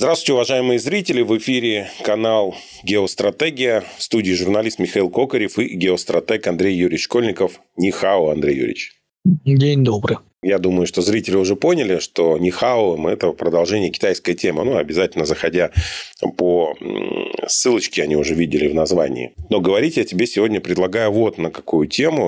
Здравствуйте, уважаемые зрители! В эфире канал «Геостратегия». В студии журналист Михаил Кокарев и геостратег Андрей Юрьевич Школьников. Нихао, Андрей Юрьевич. День добрый. Я думаю, что зрители уже поняли, что нихао – это продолжение китайской темы. Обязательно заходя по ссылочке, они уже видели в названии. Но говорить я тебе сегодня предлагаю вот на какую тему.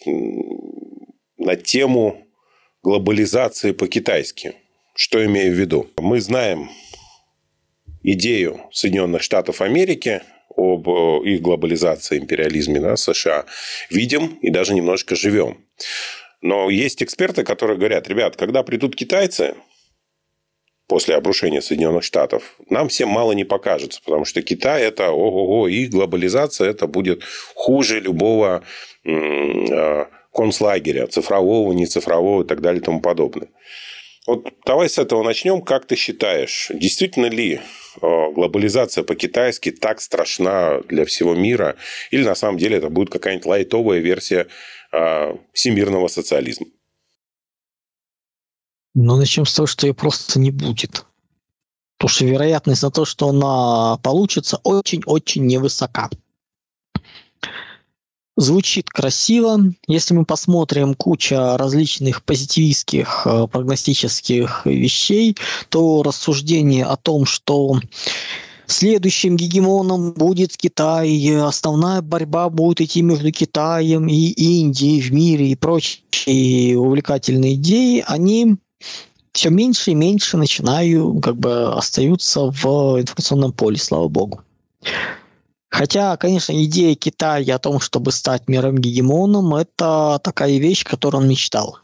На тему глобализации по-китайски. Что имею в виду? Мы знаем идею Соединенных Штатов Америки об их глобализации, империализме США. Видим и даже немножко живем. Но есть эксперты, которые говорят: ребят, когда придут китайцы после обрушения Соединенных Штатов, нам всем мало не покажется, потому что Китай – это ого-го, и глобализация – это будет хуже любого концлагеря, цифрового, нецифрового и так далее и тому подобное. Давай с этого начнем. Как ты считаешь, действительно ли глобализация по-китайски так страшна для всего мира? Или на самом деле это будет какая-нибудь лайтовая версия всемирного социализма? Начнем с того, что ее просто не будет. Потому что вероятность на то, что она получится, очень-очень невысока. Звучит красиво. Если мы посмотрим куча различных позитивистских прогностических вещей, то рассуждение о том, что следующим гегемоном будет Китай, основная борьба будет идти между Китаем и Индией в мире и прочие увлекательные идеи, они все меньше и меньше остаются в информационном поле, слава богу. Хотя, конечно, идея Китая о том, чтобы стать мировым гегемоном, это такая вещь, о которой он мечтал.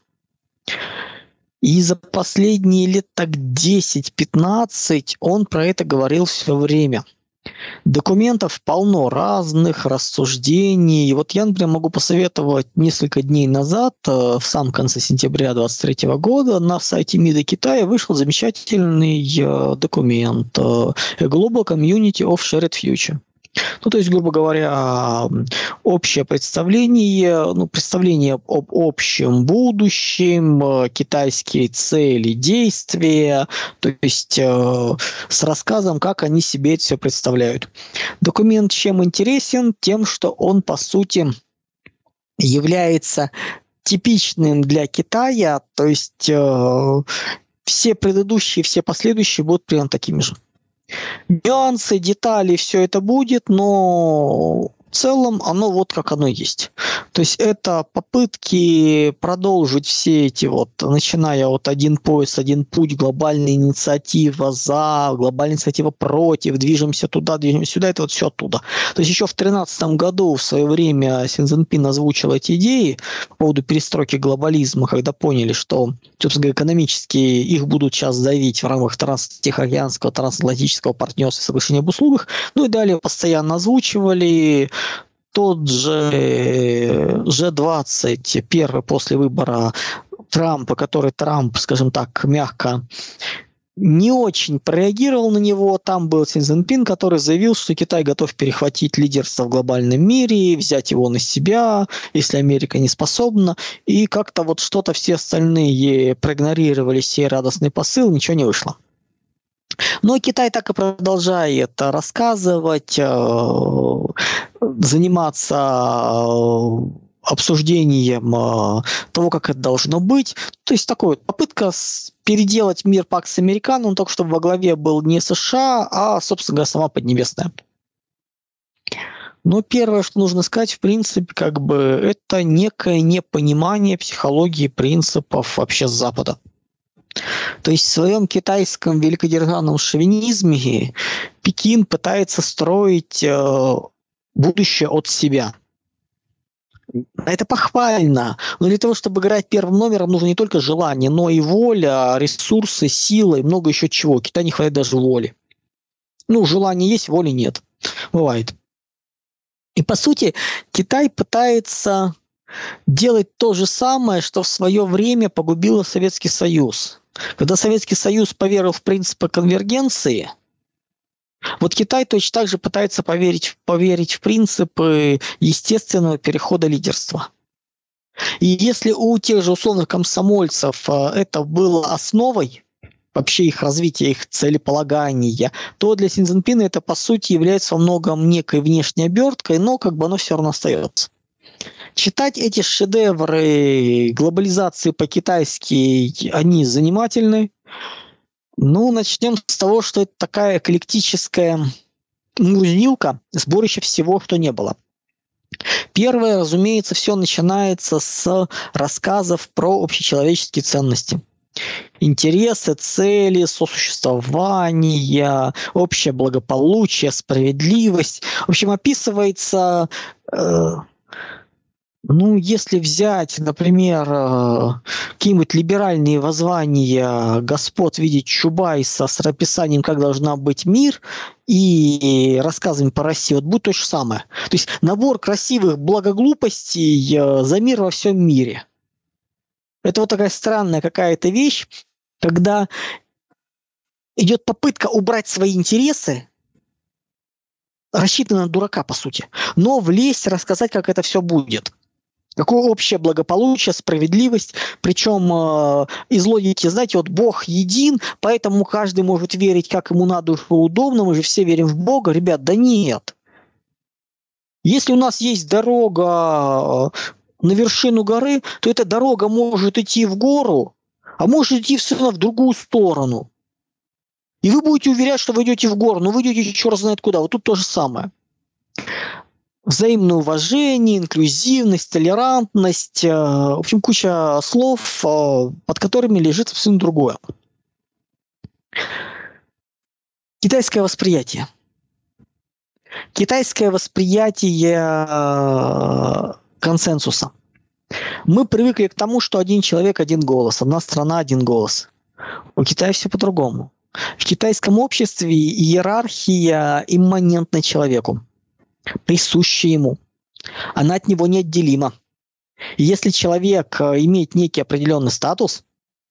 И за последние лет так 10-15 он про это говорил все время. Документов полно разных, рассуждений. Я, например, могу посоветовать несколько дней назад, в самом конце сентября 2023 года, на сайте МИДа Китая вышел замечательный документ «A Global Community of Shared Future». То есть, грубо говоря, общее представление об общем будущем, китайские цели, действия, то есть с рассказом, как они себе это все представляют. Документ чем интересен? Тем, что он, по сути, является типичным для Китая, то есть все предыдущие, все последующие будут примерно такими же. Нюансы, детали, все это будет, но в целом оно как оно есть. То есть это попытки продолжить все эти начиная от «Один пояс, один путь», глобальная инициатива за, глобальная инициатива против, движемся туда, движемся сюда, это все оттуда. То есть еще в 2013 году в свое время Си Цзиньпин озвучил эти идеи по поводу перестройки глобализма, когда поняли, что, собственно говоря, экономически их будут сейчас давить в рамках Тихоокеанского, трансатлантического партнерства и соглашения об услугах. И далее постоянно озвучивали. Тот же G20, первый после выбора Трампа, который Трамп, скажем так, мягко не очень прореагировал на него. Там был Си Цзиньпин, который заявил, что Китай готов перехватить лидерство в глобальном мире, взять его на себя, если Америка не способна. И как-то что-то все остальные проигнорировали сей радостный посыл, ничего не вышло. Но Китай так и продолжает рассказывать, заниматься обсуждением того, как это должно быть. То есть попытка переделать мир Пакс Американо, только чтобы во главе был не США, а, собственно говоря, сама Поднебесная. Но первое, что нужно сказать, в принципе, это некое непонимание психологии принципов вообще Запада. То есть в своем китайском великодержавном шовинизме Пекин пытается строить будущее от себя. Это похвально, но для того, чтобы играть первым номером, нужно не только желание, но и воля, ресурсы, сила и много еще чего. Китаю не хватает даже воли. Желание есть, воли нет. Бывает. И по сути Китай пытается делать то же самое, что в свое время погубило Советский Союз. Когда Советский Союз поверил в принципы конвергенции, Китай точно так же пытается поверить в принципы естественного перехода лидерства. И если у тех же условных комсомольцев это было основой, вообще их развития, их целеполагания, то для Си Цзиньпина это, по сути, является во многом некой внешней оберткой, но как бы оно все равно остается. Читать эти шедевры глобализации по-китайски, они занимательны. Ну, начнем с того, что это такая эклектическая мурзилка, сборище всего, что не было. Первое, разумеется, все начинается с рассказов про общечеловеческие ценности. Интересы, цели, сосуществование, общее благополучие, справедливость. В общем, описывается, если взять, например, какие-нибудь либеральные воззвания господ в виде Чубайса с описанием, как должна быть мир, и рассказами по России, вот будет то же самое. То есть набор красивых благоглупостей за мир во всем мире. Это вот такая странная какая-то вещь, когда идет попытка убрать свои интересы, рассчитанная на дурака, по сути, но влезть, рассказать, как это все будет. Какое общее благополучие, справедливость, причем из логики, знаете, вот Бог един, поэтому каждый может верить, как ему на душу удобно, мы же все верим в Бога. Ребят, да нет. Если у нас есть дорога на вершину горы, то эта дорога может идти в гору, а может идти совершенно в другую сторону. И вы будете уверять, что вы идете в гору, но вы идете черт знает куда. Вот тут то же самое. Взаимное уважение, инклюзивность, толерантность, в общем, куча слов, под которыми лежит абсолютно другое. Китайское восприятие. Китайское восприятие консенсуса. Мы привыкли к тому, что один человек, один голос, одна страна, один голос. У Китая все по-другому. В китайском обществе иерархия имманентна человеку, присуща ему. Она от него неотделима. И если человек имеет некий определенный статус,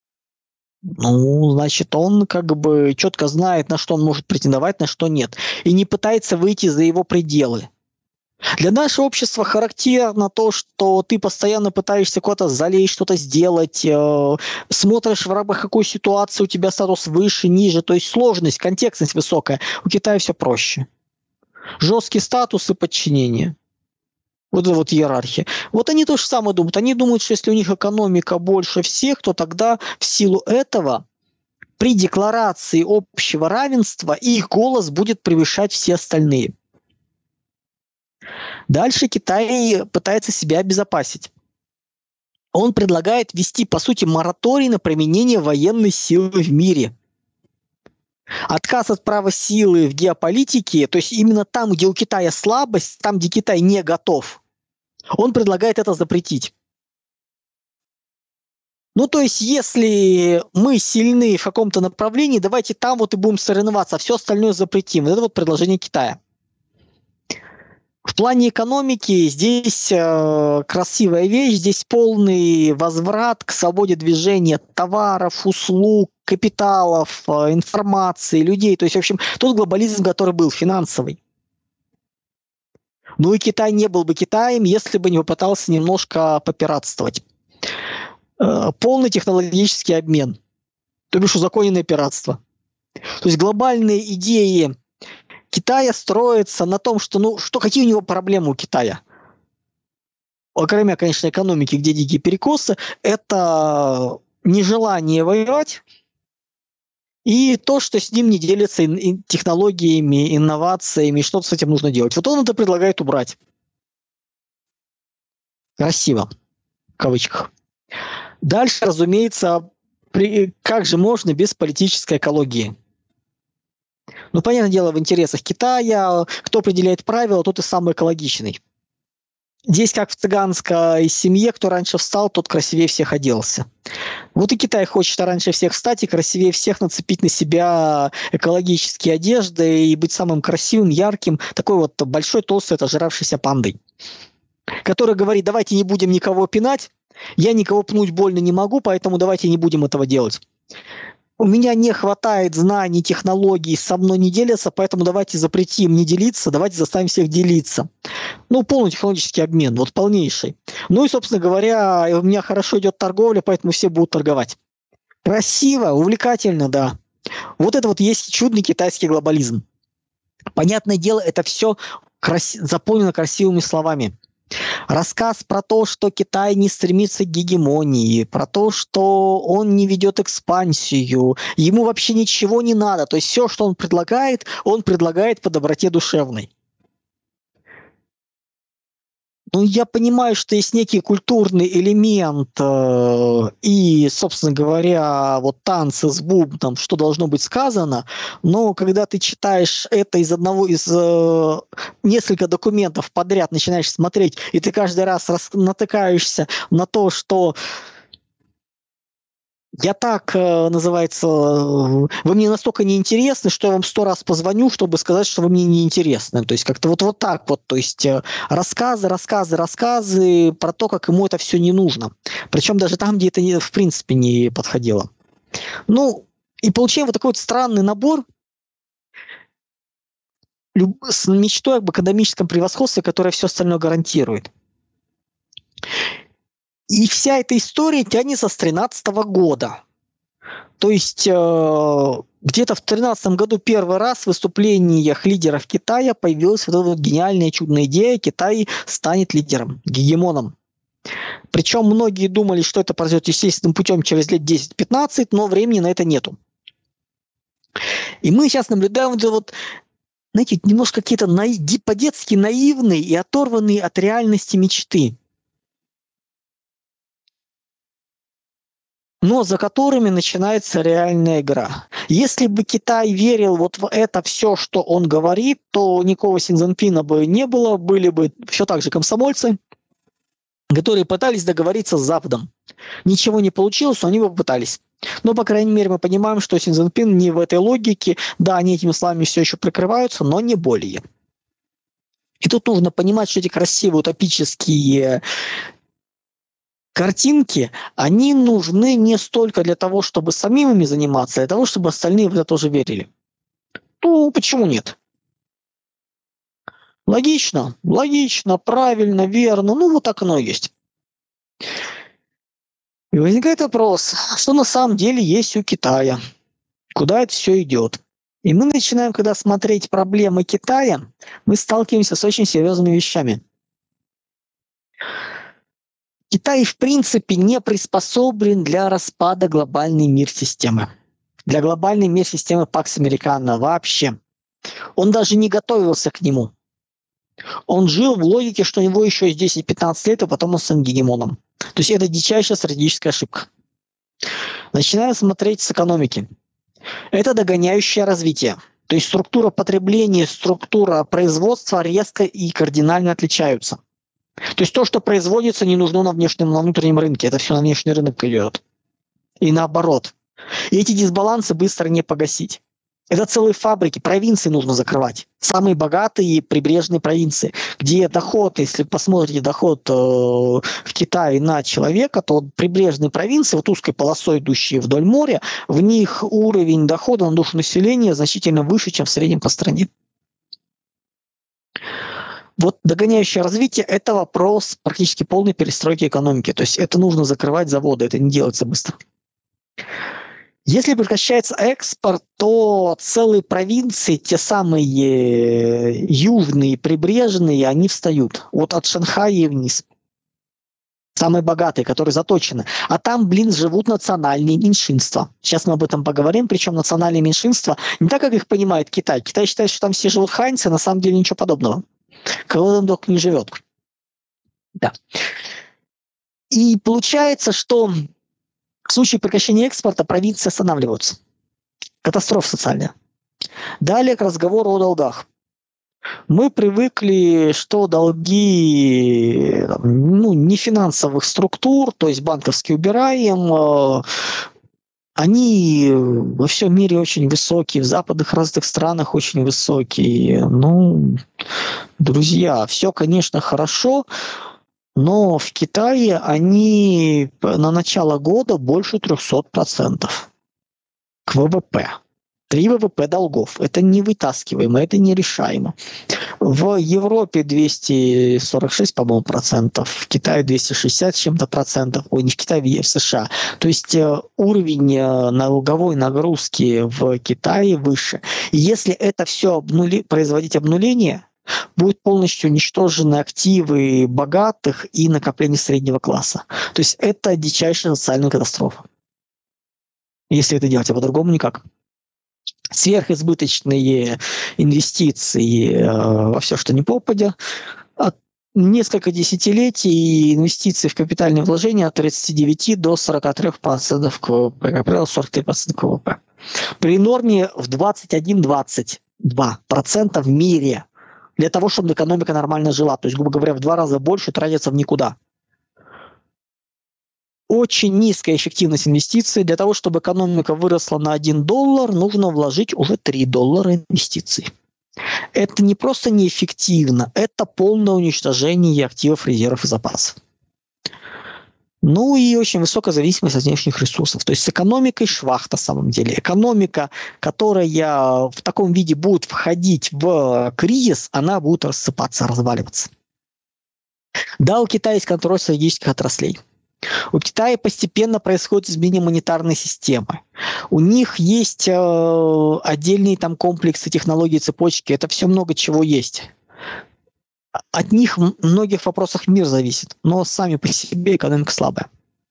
значит, он как бы четко знает, на что он может претендовать, на что нет. И не пытается выйти за его пределы. Для нашего общества характерно то, что ты постоянно пытаешься куда-то залезть, что-то сделать, смотришь в рамках какой ситуации у тебя статус выше, ниже, то есть сложность, контекстность высокая. У Китая все проще. Жесткий статус и подчинение. Вот эта вот иерархия. Вот они то же самое думают. Они думают, что если у них экономика больше всех, то тогда в силу этого при декларации общего равенства их голос будет превышать все остальные. Дальше Китай пытается себя обезопасить. Он предлагает ввести, по сути, мораторий на применение военной силы в мире. Отказ от права силы в геополитике, то есть именно там, где у Китая слабость, там, где Китай не готов, он предлагает это запретить. То есть, если мы сильны в каком-то направлении, давайте там вот и будем соревноваться, а все остальное запретим. Вот это вот предложение Китая. В плане экономики здесь красивая вещь, здесь полный возврат к свободе движения товаров, услуг, капиталов, информации, людей. То есть, в общем, тот глобализм, который был финансовый. И Китай не был бы Китаем, если бы не попытался немножко попиратствовать. Полный технологический обмен, то бишь узаконенное пиратство. То есть глобальные идеи Китая строится на том, что, какие у него проблемы у Китая? Кроме, конечно, экономики, где дикие перекосы, это нежелание воевать и то, что с ним не делятся технологиями, инновациями, и что-то с этим нужно делать. Вот он это предлагает убрать. Красиво, в кавычках. Дальше, разумеется, как же можно без политической экологии? Понятное дело, в интересах Китая, кто определяет правила, тот и самый экологичный. Здесь, как в цыганской семье, кто раньше встал, тот красивее всех оделся. Вот и Китай хочет раньше всех встать и красивее всех нацепить на себя экологические одежды и быть самым красивым, ярким, такой вот большой, толстой, отожравшейся пандой, который говорит: давайте не будем никого пинать, я никого пнуть больно не могу, поэтому давайте не будем этого делать. У меня не хватает знаний, технологий, со мной не делятся, поэтому давайте запретим не делиться, давайте заставим всех делиться. Полный технологический обмен, вот полнейший. И, собственно говоря, у меня хорошо идет торговля, поэтому все будут торговать. Красиво, увлекательно, да. Вот это вот есть чудный китайский глобализм. Понятное дело, это все заполнено красивыми словами. Рассказ про то, что Китай не стремится к гегемонии, про то, что он не ведет экспансию, ему вообще ничего не надо. То есть все, что он предлагает по доброте душевной. Ну, я понимаю, что есть некий культурный элемент и, собственно говоря, вот танцы с бубном, что должно быть сказано, но когда ты читаешь это из одного из несколько документов подряд, начинаешь смотреть, и ты каждый раз натыкаешься на то, что я так, называется, вы мне настолько неинтересны, что я вам 100 раз позвоню, чтобы сказать, что вы мне неинтересны. То есть как-то вот так вот. То есть рассказы про то, как ему это все не нужно. Причем даже там, где это в принципе не подходило. Ну, и получаем вот такой вот странный набор с мечтой об экономическом превосходстве, которое все остальное гарантирует. И вся эта история тянется с 2013 года. То есть где-то в 2013 году первый раз в выступлениях лидеров Китая появилась вот эта вот гениальная чудная идея: Китай станет лидером, гегемоном. Причем многие думали, что это произойдет естественным путем через лет 10-15, но времени на это нету. И мы сейчас наблюдаем вот, знаете, немножко какие-то по-детски наивные и оторванные от реальности мечты, но за которыми начинается реальная игра. Если бы Китай верил вот в это все, что он говорит, то никакого Си Цзиньпина бы не было, были бы все так же комсомольцы, которые пытались договориться с Западом. Ничего не получилось, но они бы попытались. Но, по крайней мере, мы понимаем, что Си Цзиньпин не в этой логике. Да, они этими словами все еще прикрываются, но не более. И тут нужно понимать, что эти красивые утопические картинки, они нужны не столько для того, чтобы самим ими заниматься, а для того, чтобы остальные в это тоже верили. Ну, почему нет? Логично, правильно, верно. Ну, вот так оно и есть. И возникает вопрос, что на самом деле есть у Китая? Куда это все идет? И мы начинаем, когда смотреть проблемы Китая, мы сталкиваемся с очень серьезными вещами. Китай, в принципе, не приспособлен для распада глобальной мир-системы. Для глобальной мир-системы Пакс Американо вообще. Он даже не готовился к нему. Он жил в логике, что у него еще есть 10-15 лет, а потом он станет гегемоном. То есть это дичайшая стратегическая ошибка. Начинаем смотреть с экономики. Это догоняющее развитие. То есть структура потребления, структура производства резко и кардинально отличаются. То есть то, что производится, не нужно на внутреннем рынке. Это все на внешний рынок идет. И наоборот. И эти дисбалансы быстро не погасить. Это целые фабрики, провинции нужно закрывать. Самые богатые прибрежные провинции, где доход, если посмотрите доход в Китае на человека, то прибрежные провинции, вот узкой полосой идущие вдоль моря, в них уровень дохода на душу населения значительно выше, чем в среднем по стране. Вот догоняющее развитие – это вопрос практически полной перестройки экономики. То есть это нужно закрывать заводы, это не делается быстро. Если прекращается экспорт, то целые провинции, те самые южные, прибрежные, они встают. Вот от Шанхая и вниз. Самые богатые, которые заточены. А там, живут национальные меньшинства. Сейчас мы об этом поговорим. Причем национальные меньшинства не так, как их понимает Китай. Китай считает, что там все живут ханьцы, на самом деле ничего подобного. Кого там только не живет. Да. И получается, что в случае прекращения экспорта провинции останавливаются. Катастрофа социальная. Далее к разговору о долгах. Мы привыкли, что долги не финансовых структур, то есть банковские убираем, они во всем мире очень высокие, в западных развитых странах очень высокие. Ну, друзья, все, конечно, хорошо, но в Китае они на начало года больше 300% к ВВП. 3 ВВП долгов. Это не вытаскиваемо, это нерешаемо. В Европе 246, по-моему, процентов, в Китае 260 с чем-то процентов, ой, не в Китае, а в США. То есть уровень налоговой нагрузки в Китае выше. И если это все производить обнуление, будут полностью уничтожены активы богатых и накопления среднего класса. То есть это дичайшая социальная катастрофа. Если это делать, а по-другому никак. Сверхизбыточные инвестиции во все, что не попадя. От несколько десятилетий инвестиции в капитальные вложения от 39 до 43% КВП, как правило, 43% КВП. При норме в 21-22% в мире для того, чтобы экономика нормально жила. То есть, грубо говоря, в 2 раза больше тратится в никуда. Очень низкая эффективность инвестиций. Для того, чтобы экономика выросла на $1, нужно вложить уже $3 инвестиций. Это не просто неэффективно, это полное уничтожение активов, резервов и запасов. Ну и очень высокая зависимость от внешних ресурсов. То есть с экономикой швах на самом деле. Экономика, которая в таком виде будет входить в кризис, она будет рассыпаться, разваливаться. Да, у Китая есть контроль стратегических отраслей. У Китая постепенно происходит изменение монетарной системы. У них есть отдельные там комплексы, технологии, цепочки. Это все много чего есть. От них в многих вопросах мир зависит. Но сами по себе экономика слабая.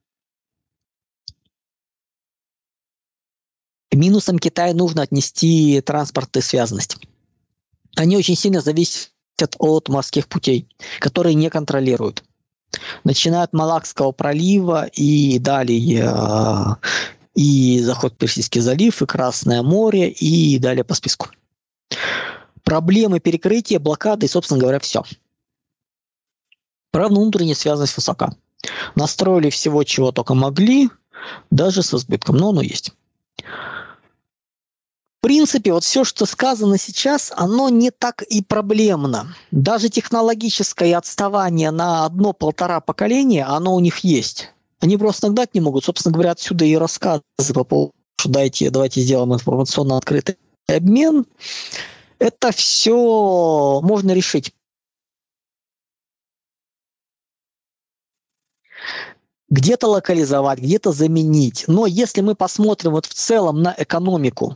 К минусам Китая нужно отнести транспорт и связанность. Они очень сильно зависят от морских путей, которые не контролируют. Начиная от Малакского пролива и далее и заход в Персидский залив, и Красное море, и далее по списку. Проблемы перекрытия, блокады и, собственно говоря, все. Про внутреннюю связанность высока. Настроили всего, чего только могли, даже с избытком, но оно есть. В принципе, вот все, что сказано сейчас, оно не так и проблемно. Даже технологическое отставание на 1-1,5 поколения, оно у них есть. Они просто нагнать не могут. Собственно говоря, отсюда и рассказы по поводу, что давайте сделаем информационно открытый обмен. Это все можно решить. Где-то локализовать, где-то заменить. Но если мы посмотрим вот в целом на экономику,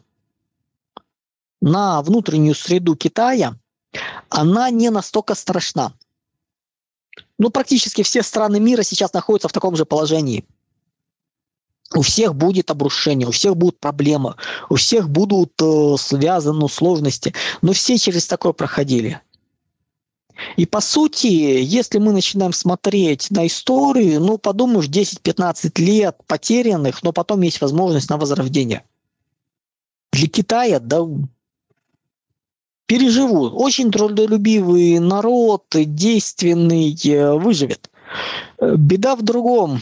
на внутреннюю среду Китая, она не настолько страшна. Ну, практически все страны мира сейчас находятся в таком же положении. У всех будет обрушение, у всех будут проблемы, у всех будут связаны сложности, но все через такое проходили. И по сути, если мы начинаем смотреть на историю, ну, подумаешь, 10-15 лет потерянных, но потом есть возможность на возрождение. Для Китая, да, переживут. Очень трудолюбивый народ, действенный, выживет. Беда в другом.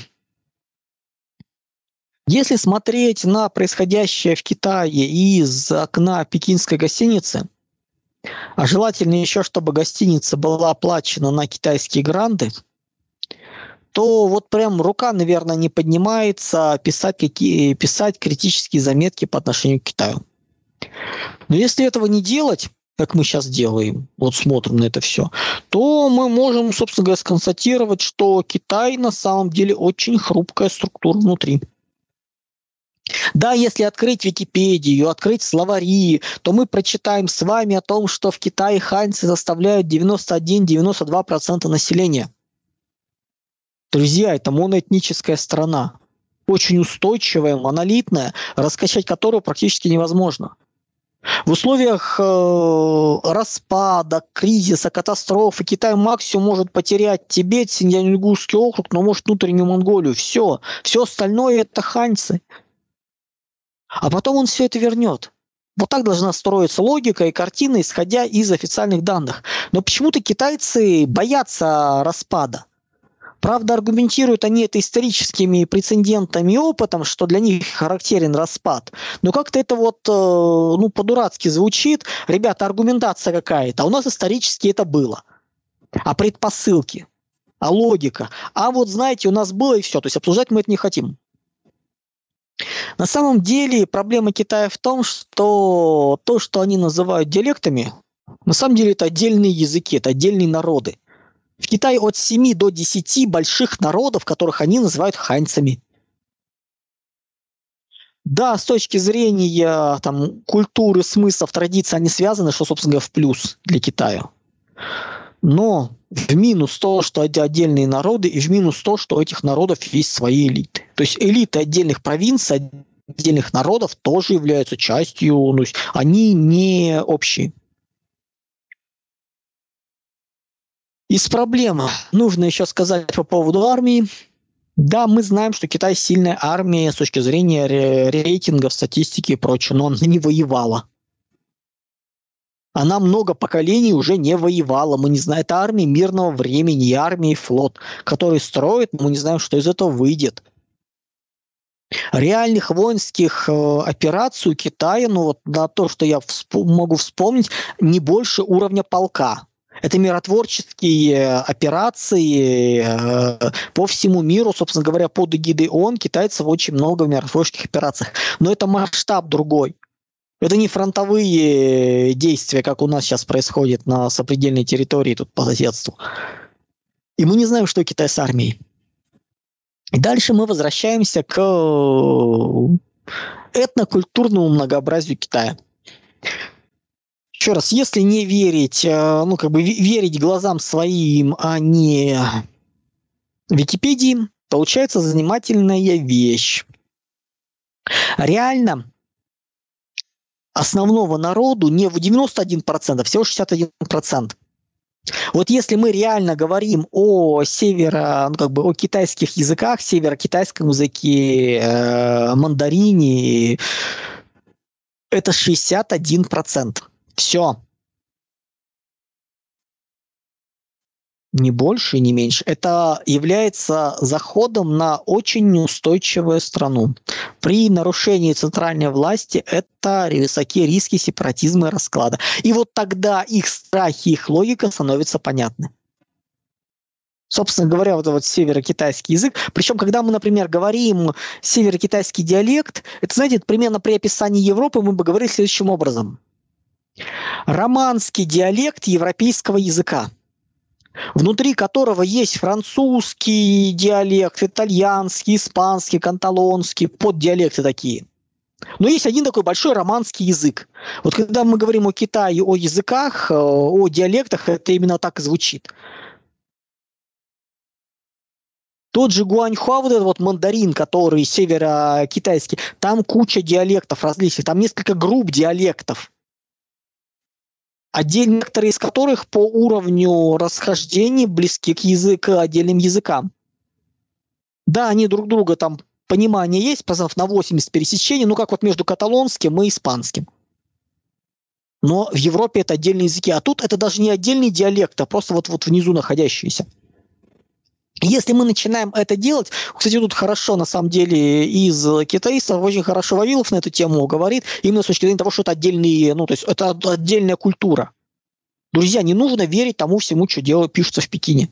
Если смотреть на происходящее в Китае из окна пекинской гостиницы, а желательно еще, чтобы гостиница была оплачена на китайские гранты, то вот прям рука, наверное, не поднимается писать критические заметки по отношению к Китаю. Но если этого не делать, как мы сейчас делаем, вот смотрим на это все, то мы можем, собственно говоря, сконстатировать, что Китай на самом деле очень хрупкая структура внутри. Да, если открыть Википедию, открыть словари, то мы прочитаем с вами о том, что в Китае ханьцы составляют 91-92% населения. Друзья, это моноэтническая страна, очень устойчивая, монолитная, раскачать которую практически невозможно. В условиях распада, кризиса, катастрофы Китай максимум может потерять Тибет, Синьцзянь-Уйгурский округ, но может внутреннюю Монголию. Все остальное это ханьцы. А потом он все это вернет. Вот так должна строиться логика и картина, исходя из официальных данных. Но почему-то китайцы боятся распада. Правда, аргументируют они это историческими прецедентами и опытом, что для них характерен распад. Но как-то это вот по-дурацки звучит. Ребята, аргументация какая-то. А у нас исторически это было. А предпосылки? А логика? А вот знаете, у нас было и все. То есть обсуждать мы это не хотим. На самом деле проблема Китая в том, что то, что они называют диалектами, на самом деле это отдельные языки, это отдельные народы. В Китае от 7 до 10 больших народов, которых они называют ханьцами. Да, с точки зрения там, культуры, смыслов, традиций, они связаны, что, собственно говоря, в плюс для Китая. Но в минус то, что это отдельные народы, и в минус то, что у этих народов есть свои элиты. То есть элиты отдельных провинций, отдельных народов тоже являются частью, ну, они не общие. Из проблем нужно еще сказать по поводу армии. Да, мы знаем, что Китай сильная армия с точки зрения рейтингов, статистики и прочего, но она не воевала. Она много поколений уже не воевала. Мы не знаем, это армия мирного времени, и армия и флот, который строит, но мы не знаем, что из этого выйдет. Реальных воинских операций у Китая, ну вот на то, что я могу вспомнить, не больше уровня полка. Это миротворческие операции по всему миру, собственно говоря, под эгидой ООН китайцев очень много в миротворческих операциях. Но это масштаб другой. Это не фронтовые действия, как у нас сейчас происходит на сопредельной территории тут по соседству. И мы не знаем, что Китай с армией. И дальше мы возвращаемся к этнокультурному многообразию Китая. Еще раз, если не верить, ну как бы верить глазам своим, а не Википедии, получается занимательная вещь. Реально основного народу не в 91%, а всего 61%. Вот если мы реально говорим о о китайских языках, северокитайском языке, мандарине, это 61%. Все. Не больше, не меньше. Это является заходом на очень неустойчивую страну. При нарушении центральной власти это высокие риски сепаратизма и расклада. И вот тогда их страхи, их логика становятся понятны. Собственно говоря, вот северокитайский язык. Причем, когда мы, например, говорим северокитайский диалект, это, знаете, примерно при описании Европы мы бы говорили следующим образом. Романский диалект европейского языка, внутри которого есть французский диалект, итальянский, испанский, канталонский, поддиалекты такие. Но есть один такой большой романский язык. Вот когда мы говорим о Китае, о языках, о диалектах, это именно так и звучит. Тот же гуаньхуа, вот этот вот мандарин, который северокитайский, там куча диалектов различных, там несколько групп диалектов. Некоторые из которых по уровню расхождений близки к отдельным языкам. Да, они друг друга там, понимание есть, процентов на 80 пересечений, ну как вот между каталонским и испанским. Но в Европе это отдельные языки, а тут это даже не отдельный диалект, а просто вот внизу находящиеся. Если мы начинаем это делать, кстати, тут хорошо, на самом деле, из китаистов, очень хорошо Вавилов на эту тему говорит, именно с точки зрения того, что это отдельные, ну, то есть это отдельная культура. Друзья, не нужно верить тому всему, что пишется в Пекине.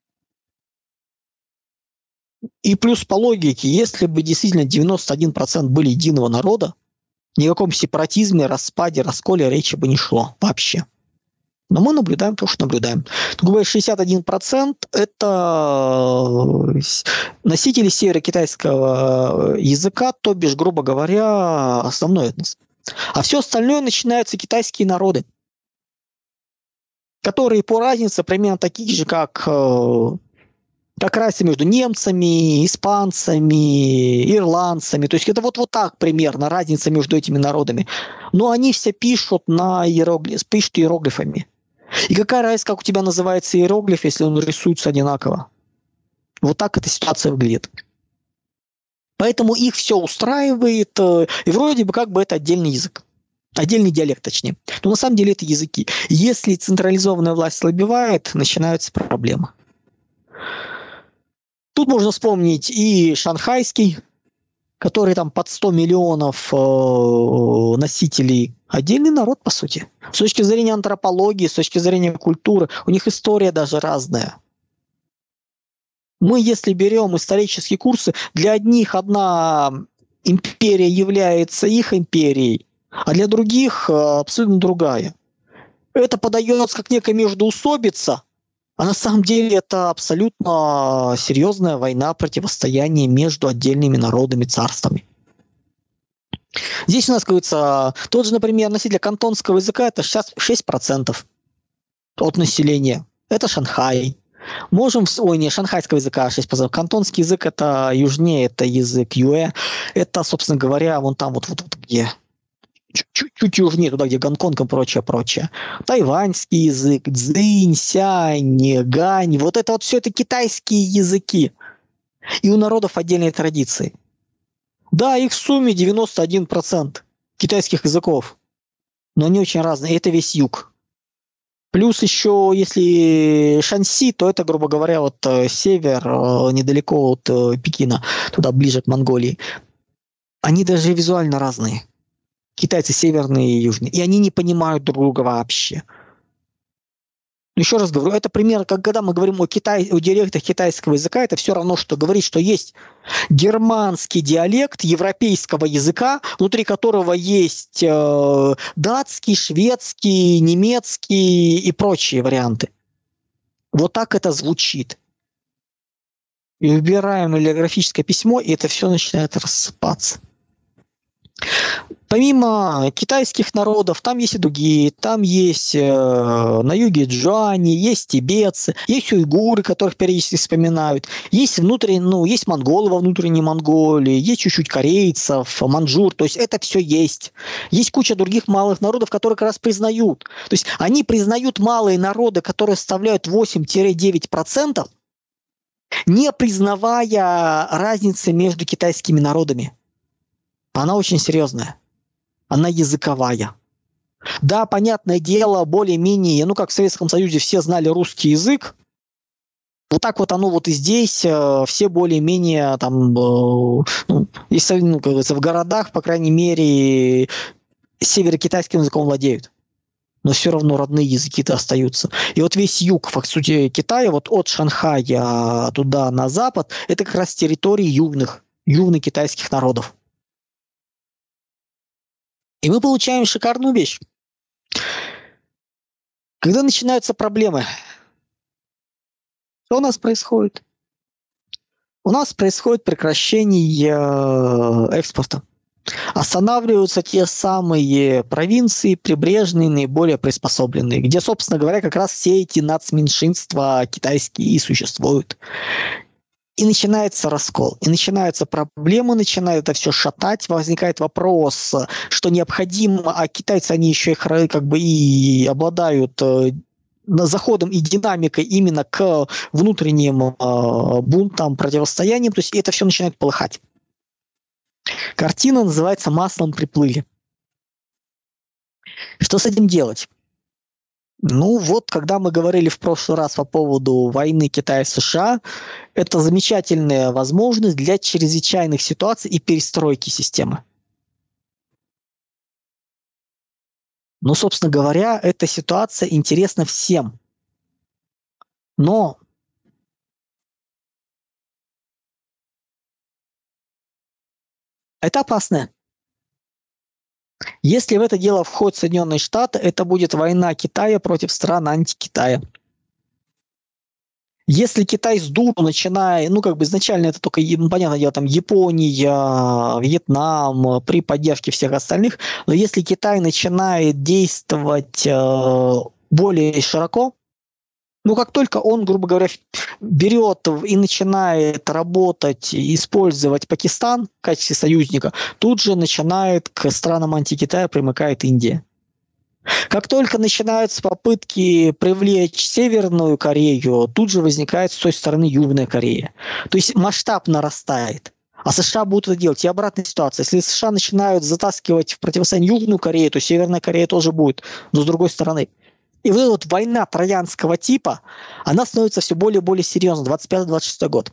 И плюс по логике, если бы действительно 91% были единого народа, ни о каком сепаратизме, распаде, расколе речи бы не шло вообще. Но мы наблюдаем то, что наблюдаем. Грубо говоря, 61% это носители северокитайского языка, то бишь, грубо говоря, основной этнос. А все остальное начинаются китайские народы, которые по разнице примерно такие же, как разница между немцами, испанцами, ирландцами. То есть это вот так примерно разница между этими народами. Но они все пишут пишут иероглифами. И какая разница, как у тебя называется иероглиф, если он рисуется одинаково? Вот так эта ситуация выглядит. Поэтому их все устраивает, и вроде бы как бы это отдельный язык. Отдельный диалект, точнее. Но на самом деле это языки. Если централизованная власть слабевает, начинаются проблемы. Тут можно вспомнить и шанхайский, который там под 100 миллионов носителей. Отдельный народ, по сути. С точки зрения антропологии, с точки зрения культуры, у них история даже разная. Мы, если берем исторические курсы, для одних одна империя является их империей, а для других абсолютно другая. Это подается как некая междоусобица, а на самом деле это абсолютно серьезная война, противостояние между отдельными народами, царствами. Здесь у нас, говорится, тот же, например, носитель кантонского языка – это сейчас 6% от населения. Это Шанхай. Можем, не шанхайского языка 6%. Кантонский язык – это южнее, это язык Юэ. Это, собственно говоря, вон там вот где… Чуть южнее, туда, где Гонконг и прочее. Тайваньский язык, цзинь, сянь, гань. Вот это вот все это китайские языки. И у народов отдельные традиции. Да, их в сумме 91% китайских языков. Но они очень разные. Это весь юг. Плюс еще, если Шанси, то это, грубо говоря, вот север, недалеко от Пекина, туда ближе к Монголии. Они даже визуально разные. Китайцы северные и южные. И они не понимают друг друга вообще. Еще раз говорю, это пример, когда мы говорим о диалектах китайского языка, это все равно, что говорить, что есть германский диалект европейского языка, внутри которого есть датский, шведский, немецкий и прочие варианты. Вот так это звучит. И выбираем эллиографическое письмо, и это все начинает рассыпаться. Помимо китайских народов, там есть и другие, там есть на юге джуани, есть тибетцы, есть уйгуры, которых периодически вспоминают, есть есть монголы во внутренней Монголии, есть чуть-чуть корейцев, маньчжур, то есть это все есть. Есть куча других малых народов, которые как раз признают. То есть они признают малые народы, которые составляют 8-9%, не признавая разницы между китайскими народами. Она очень серьезная. Она языковая. Да, понятное дело, более-менее, как в Советском Союзе все знали русский язык, вот так вот оно вот и здесь, все более-менее там, если, как говорится, в городах, по крайней мере, северокитайским языком владеют. Но все равно родные языки-то остаются. И вот весь юг, по сути, Китая, вот от Шанхая туда на запад, это как раз территории южных китайских народов. И мы получаем шикарную вещь. Когда начинаются проблемы, что у нас происходит? У нас происходит прекращение экспорта. Останавливаются те самые провинции, прибрежные, наиболее приспособленные, где, собственно говоря, как раз все эти нацменьшинства китайские и существуют. И начинается раскол, и начинаются проблемы, начинает это все шатать, возникает вопрос, что необходимо, а китайцы, они еще и обладают заходом и динамикой именно к внутренним бунтам, противостояниям, то есть это все начинает полыхать. Картина называется «Маслом приплыли». Что с этим делать? Когда мы говорили в прошлый раз по поводу войны Китая и США, это замечательная возможность для чрезвычайных ситуаций и перестройки системы. Собственно говоря, эта ситуация интересна всем. Но это опасно. Если в это дело входят Соединенные Штаты, это будет война Китая против стран антикитая. Если Китай с дуру начинает, изначально это только, понятное дело, там Япония, Вьетнам, при поддержке всех остальных, но если Китай начинает действовать более широко, как только он, грубо говоря, берет и начинает работать, использовать Пакистан в качестве союзника, тут же начинает к странам антикитая примыкает Индия. Как только начинаются попытки привлечь Северную Корею, тут же возникает с той стороны Южная Корея. То есть масштаб нарастает. А США будут это делать. И обратная ситуация. Если США начинают затаскивать в противостояние Южную Корею, то Северная Корея тоже будет, но с другой стороны. И вот эта вот война троянского типа, она становится все более и более серьезной. 25-26 год.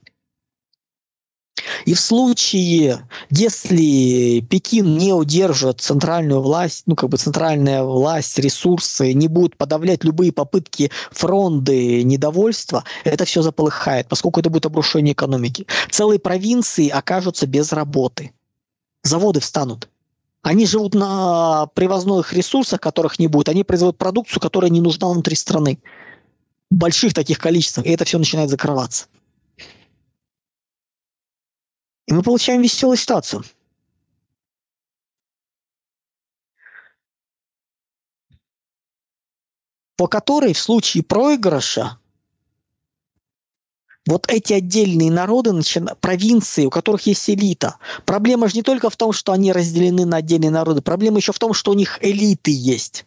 И в случае, если Пекин не удержит центральную власть, центральная власть, ресурсы, не будут подавлять любые попытки фронды недовольства, это все заполыхает, поскольку это будет обрушение экономики. Целые провинции окажутся без работы. заводы встанут. Они живут на привозных ресурсах, которых не будет. Они производят продукцию, которая не нужна внутри страны. В больших таких количествах. И это все начинает закрываться. И мы получаем веселую ситуацию. По которой в случае проигрыша вот эти отдельные народы, провинции, у которых есть элита. Проблема же не только в том, что они разделены на отдельные народы. Проблема еще в том, что у них элиты есть.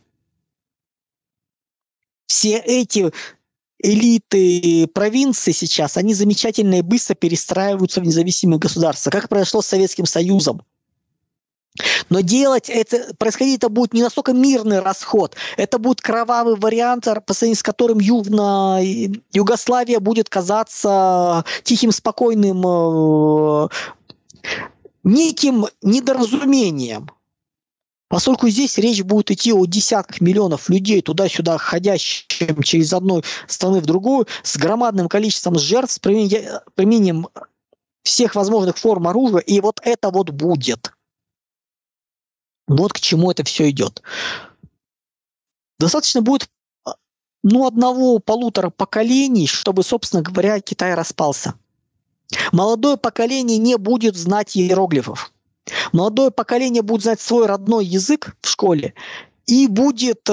Все эти элиты провинции сейчас, они замечательно и быстро перестраиваются в независимые государства, как произошло с Советским Союзом. Но происходить это будет не настолько мирный расход, это будет кровавый вариант, по сравнению с которым Югославия будет казаться тихим, спокойным, неким недоразумением. Поскольку здесь речь будет идти о десятках миллионов людей, туда-сюда ходящим через одной страны в другую, с громадным количеством жертв, с применением всех возможных форм оружия, и вот это вот будет. Вот к чему это все идет. Достаточно будет одного-полутора поколений, чтобы, собственно говоря, Китай распался. Молодое поколение не будет знать иероглифов. Молодое поколение будет знать свой родной язык в школе и будет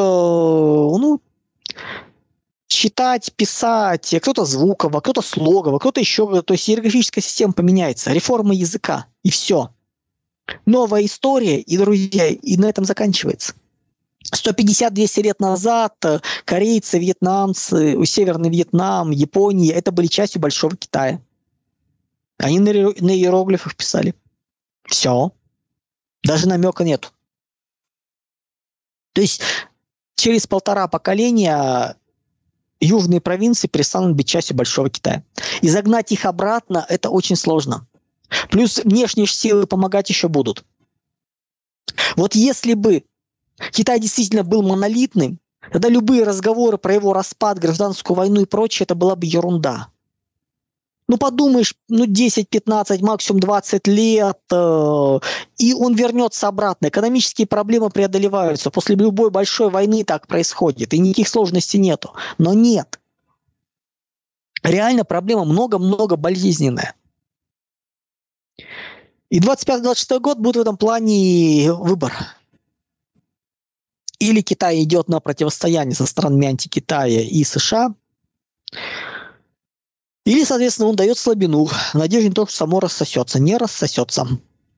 читать, писать, кто-то звуково, кто-то слогово, кто-то еще. То есть иероглифическая система поменяется. Реформа языка. И все. Новая история, и, друзья, и на этом заканчивается. 150-200 лет назад корейцы, вьетнамцы, Северный Вьетнам, Япония, это были частью Большого Китая. Они на иероглифах писали. Все. Даже намека нет. То есть через 1,5 поколения южные провинции перестанут быть частью Большого Китая. И загнать их обратно – это очень сложно. Плюс внешние силы помогать еще будут. Вот если бы Китай действительно был монолитным, тогда любые разговоры про его распад, гражданскую войну и прочее, это была бы ерунда. Подумаешь, 10, 15, максимум 20 лет, и он вернется обратно. Экономические проблемы преодолеваются. После любой большой войны так происходит, и никаких сложностей нету. Но нет. Реально проблема много-много болезненная. И 25-26 год будет в этом плане выбор. Или Китай идет на противостояние со странами антикитая и США, или, соответственно, он дает слабину, в надежде на то, что само рассосется. Не рассосется.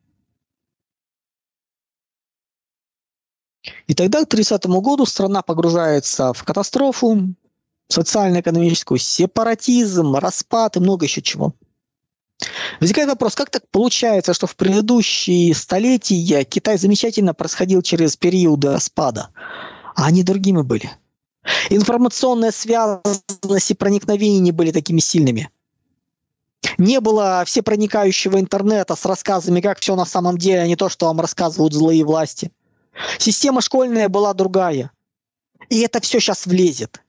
И тогда к 30 году страна погружается в катастрофу, социально-экономическую, сепаратизм, распад и много еще чего. Возникает вопрос, как так получается, что в предыдущие столетия Китай замечательно происходил через периоды распада, а они другими были? Информационная связанность и проникновения не были такими сильными. Не было всепроникающего интернета с рассказами, как все на самом деле, а не то, что вам рассказывают злые власти. Система школьная была другая. И это все сейчас влезет.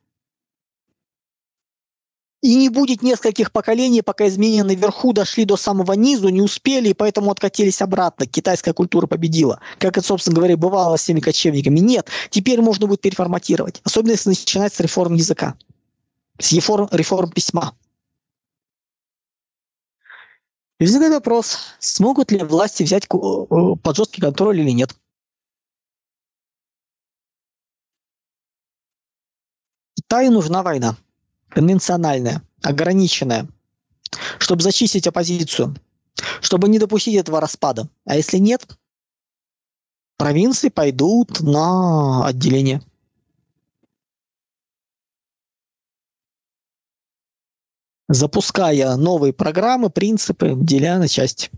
И не будет нескольких поколений, пока изменения наверху дошли до самого низу, не успели, и поэтому откатились обратно. Китайская культура победила. Как это, собственно говоря, бывало с теми кочевниками. Нет, теперь можно будет переформатировать. Особенно если начинать с реформ языка. С реформ письма. И возникает вопрос, смогут ли власти взять под жесткий контроль или нет. Китаю нужна война. Конвенциональная, ограниченная, чтобы зачистить оппозицию, чтобы не допустить этого распада. А если нет, провинции пойдут на отделение. Запуская новые программы, принципы, деля на части.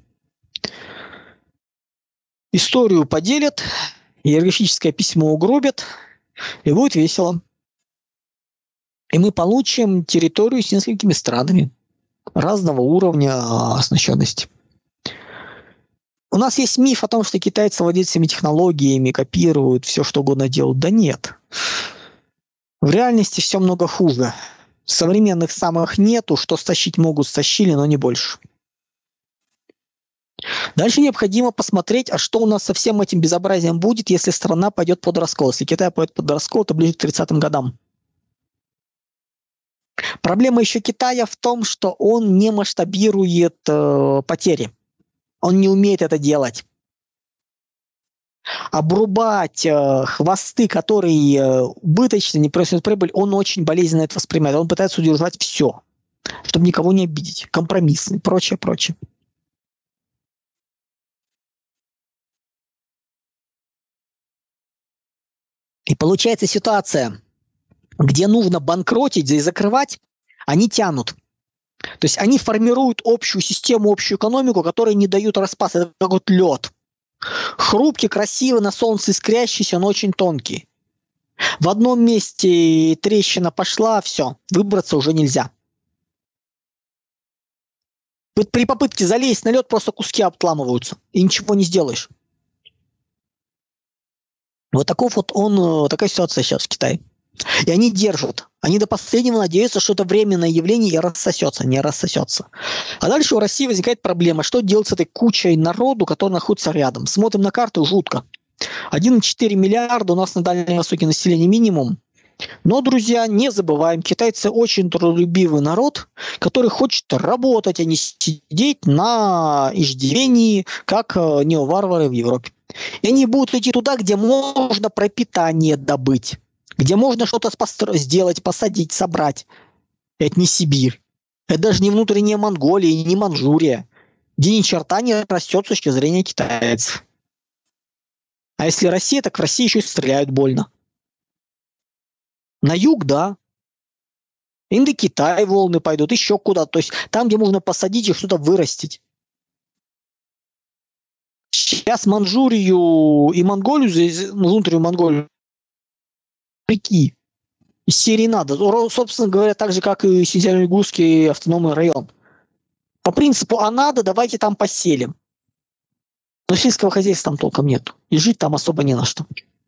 Историю поделят, иерархическое письмо угробят, и будет весело. И мы получим территорию с несколькими странами разного уровня оснащенности. У нас есть миф о том, что китайцы владеют всеми технологиями, копируют, все что угодно делают. Да нет. В реальности все много хуже. Современных самых нету, что стащить могут, стащили, но не больше. Дальше необходимо посмотреть, а что у нас со всем этим безобразием будет, если страна пойдет под раскол. Если Китай пойдет под раскол, то ближе к 30-м годам. Проблема еще Китая в том, что он не масштабирует потери. Он не умеет это делать. Обрубать хвосты, которые убыточны, не приносят прибыль, он очень болезненно это воспринимает. Он пытается удержать все, чтобы никого не обидеть. Компромиссы и прочее, прочее. И получается ситуация, где нужно банкротить и закрывать, они тянут. То есть они формируют общую систему, общую экономику, которая не дают распад. Это как вот лед. Хрупкий, красивый, на солнце искрящийся, но очень тонкий. В одном месте трещина пошла, все, выбраться уже нельзя. При попытке залезть на лед просто куски обтламываются, и ничего не сделаешь. Вот такая ситуация сейчас в Китае. И они держат. Они до последнего надеются, что это временное явление и рассосется. Не рассосется. А дальше у России возникает проблема. Что делать с этой кучей народу, который находится рядом? Смотрим на карту, жутко. 1,4 миллиарда у нас на Дальнем Востоке население минимум. Но, друзья, не забываем, китайцы очень трудолюбивый народ, который хочет работать, а не сидеть на иждивении, как неоварвары в Европе. И они будут идти туда, где можно пропитание добыть, где можно что-то сделать, посадить, собрать. Это не Сибирь. Это даже не внутренняя Монголия, не Манчжурия, где ни черта не растет с точки зрения китайцев. А если Россия, так в России еще и стреляют больно. На юг, да. Индокитай волны пойдут, еще куда-то. То есть там, где можно посадить и что-то вырастить. Сейчас Манчжурию и Монголию, внутреннюю Монголию, реки из серии надо. Собственно говоря, так же, как и Синьцзянь-Уйгурский автономный район. По принципу, а надо, давайте там поселим. Но сельского хозяйства там толком нет. И жить там особо не на что.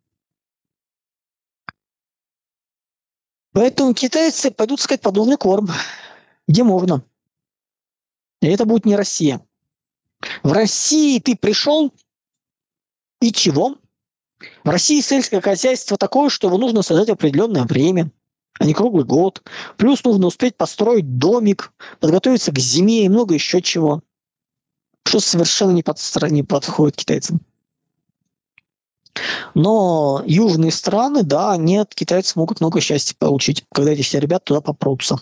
Поэтому китайцы пойдут искать подобный корм, где можно. И это будет не Россия. В России ты пришел, и чего? В России сельское хозяйство такое, что его нужно сажать в определенное время, а не круглый год. Плюс нужно успеть построить домик, подготовиться к зиме и много еще чего. Что совершенно не подходит китайцам. Но южные страны, да, нет, китайцы могут много счастья получить, когда эти все ребята туда попрутся.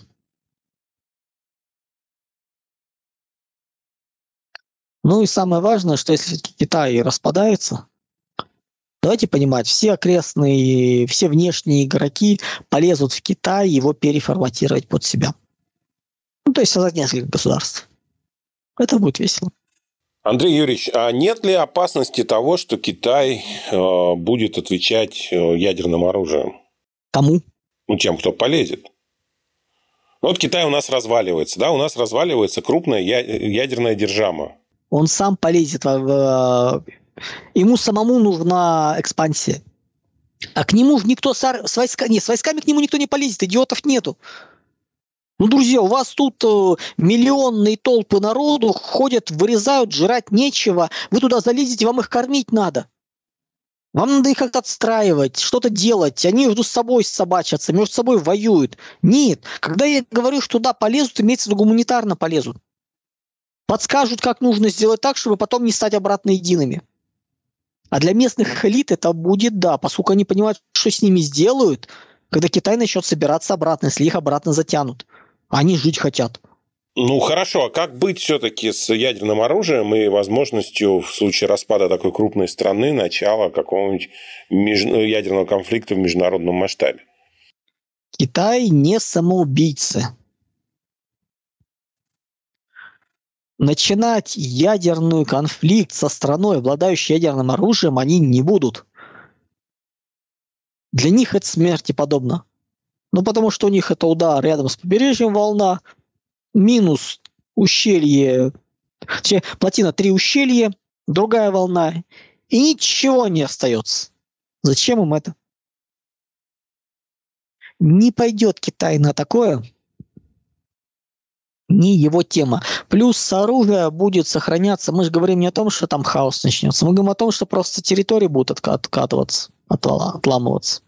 Ну и самое важное, что если Китай распадается, давайте понимать, все окрестные, все внешние игроки полезут в Китай его переформатировать под себя. Ну, то есть создать несколько государств. Это будет весело. Андрей Юрьевич, а нет ли опасности того, что Китай будет отвечать ядерным оружием? Кому? Ну, тем, кто полезет. Вот Китай у нас разваливается, да, у нас разваливается крупная ядерная держава. Он сам полезет. Ему самому нужна экспансия. А к нему же никто с войсками к нему никто не полезет, идиотов нету. Ну, друзья, у вас тут миллионные толпы народу ходят, вырезают, жрать нечего. Вы туда залезете, вам их кормить надо. Вам надо их как-то отстраивать, что-то делать. Они между собой собачатся, между собой воюют. Нет, когда я говорю, что туда полезут, имеется в виду гуманитарно полезут. Подскажут, как нужно сделать так, чтобы потом не стать обратно едиными. А для местных элит это будет, да, поскольку они понимают, что с ними сделают, когда Китай начнет собираться обратно, если их обратно затянут. Они жить хотят. Ну, хорошо. А как быть все-таки с ядерным оружием и возможностью в случае распада такой крупной страны начала какого-нибудь ядерного конфликта в международном масштабе? Китай не самоубийцы. Начинать ядерный конфликт со страной, обладающей ядерным оружием, они не будут. Для них это смерти подобно. Ну, потому что у них это удар рядом с побережьем, волна, минус ущелье, плотина 3 ущелья, другая волна, и ничего не остается. Зачем им это? Не пойдет Китай на такое. Не его тема. Плюс оружие будет сохраняться. Мы же говорим не о том, что там хаос начнется. Мы говорим о том, что просто территории будут откатываться, отламываться.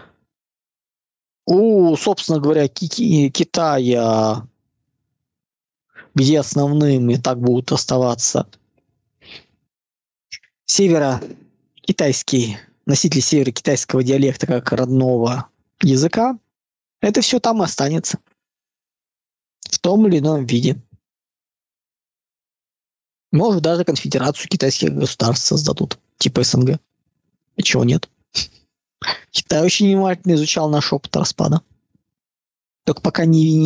Собственно говоря, Китая, где основным и так будут оставаться северо-китайский, носитель северо-китайского диалекта как родного языка, это все там и останется. В том или ином виде. Может, даже конфедерацию китайских государств создадут, типа СНГ. И чего нет? Китай очень внимательно изучал наш опыт распада. Только пока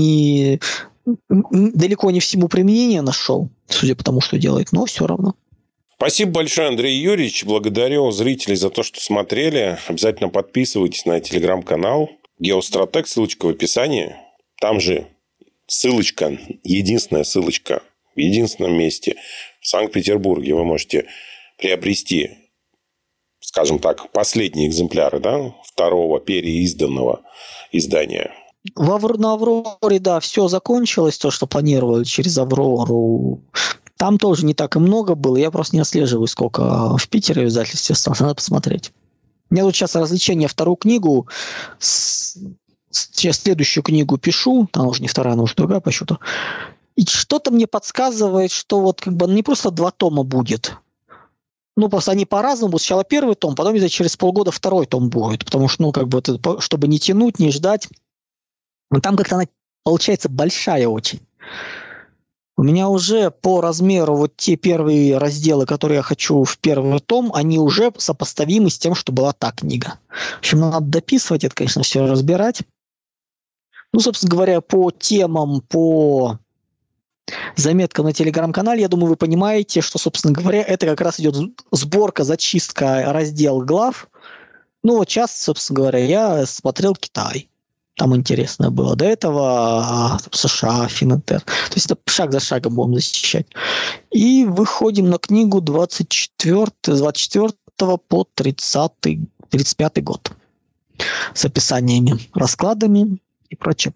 далеко не всему применение нашел, судя по тому, что делает, но все равно. Спасибо большое, Андрей Юрьевич. Благодарю зрителей за то, что смотрели. Обязательно подписывайтесь на телеграм-канал Геостратег, ссылочка в описании. Там же ссылочка, единственная ссылочка в единственном месте в Санкт-Петербурге. Вы можете приобрести, скажем так, последние экземпляры, да, второго переизданного издания. На Авроре, да, все закончилось, то, что планировали через Аврору. Там тоже не так и много было. Я просто не отслеживаю, сколько в Питере в издательстве осталось. Надо посмотреть. У меня тут сейчас развлечение, вторую книгу. Сейчас следующую книгу пишу. Там уже не вторая, она уже другая по счету. И что-то мне подсказывает, что вот как бы не просто 2 тома будет. Просто они по-разному. Сначала первый том, потом через полгода второй том будет. Потому что, чтобы не тянуть, не ждать. Но там как-то она получается большая очень. У меня уже по размеру вот те первые разделы, которые я хочу в первый том, они уже сопоставимы с тем, что была та книга. В общем, надо дописывать это, конечно, все разбирать. Собственно говоря, по темам, по заметкам на телеграм-канале, я думаю, вы понимаете, что, собственно говоря, это как раз идет сборка, зачистка, раздел глав. Сейчас, собственно говоря, я смотрел Китай. Там интересно было. До этого США, Финотер. То есть это шаг за шагом будем защищать. И выходим на книгу 24 по 35 год. С описаниями, раскладами и прочее.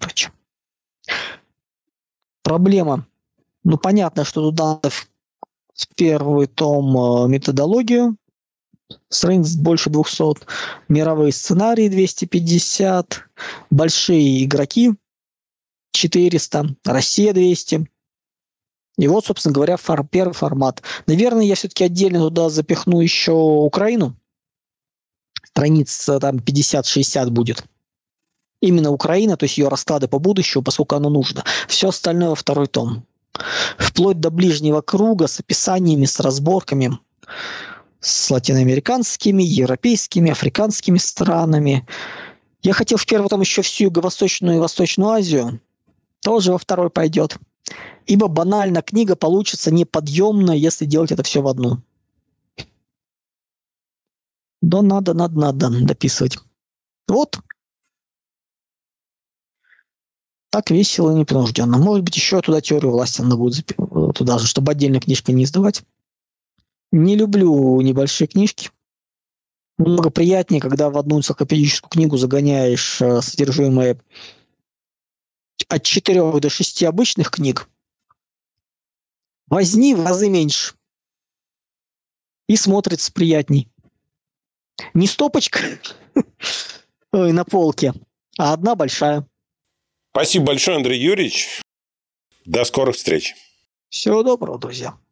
Проблема. Понятно, что туда надо в первый том методологию. Страниц больше 200, мировые сценарии 250, большие игроки 400, Россия 200. И вот, собственно говоря, первый формат. Наверное, я все-таки отдельно туда запихну еще Украину. Страниц там 50-60 будет. Именно Украина, то есть ее расклады по будущему, поскольку оно нужно. Все остальное во второй том. Вплоть до ближнего круга с описаниями, с разборками. С латиноамериканскими, европейскими, африканскими странами. Я хотел в первый том еще всю Юго-Восточную и Восточную Азию. Тоже во второй пойдет. Ибо банально книга получится неподъемная, если делать это все в одну. Да надо дописывать. Вот. Так весело и непринужденно. Может быть, еще туда теорию власти надо будет туда же, чтобы отдельно книжкой не издавать. Не люблю небольшие книжки. Много приятнее, когда в одну энциклопедическую книгу загоняешь содержимое от 4 до 6 обычных книг. Возни в разы меньше. И смотрится приятней. Не стопочка на полке, а одна большая. Спасибо большое, Андрей Юрьевич. До скорых встреч. Всего доброго, друзья.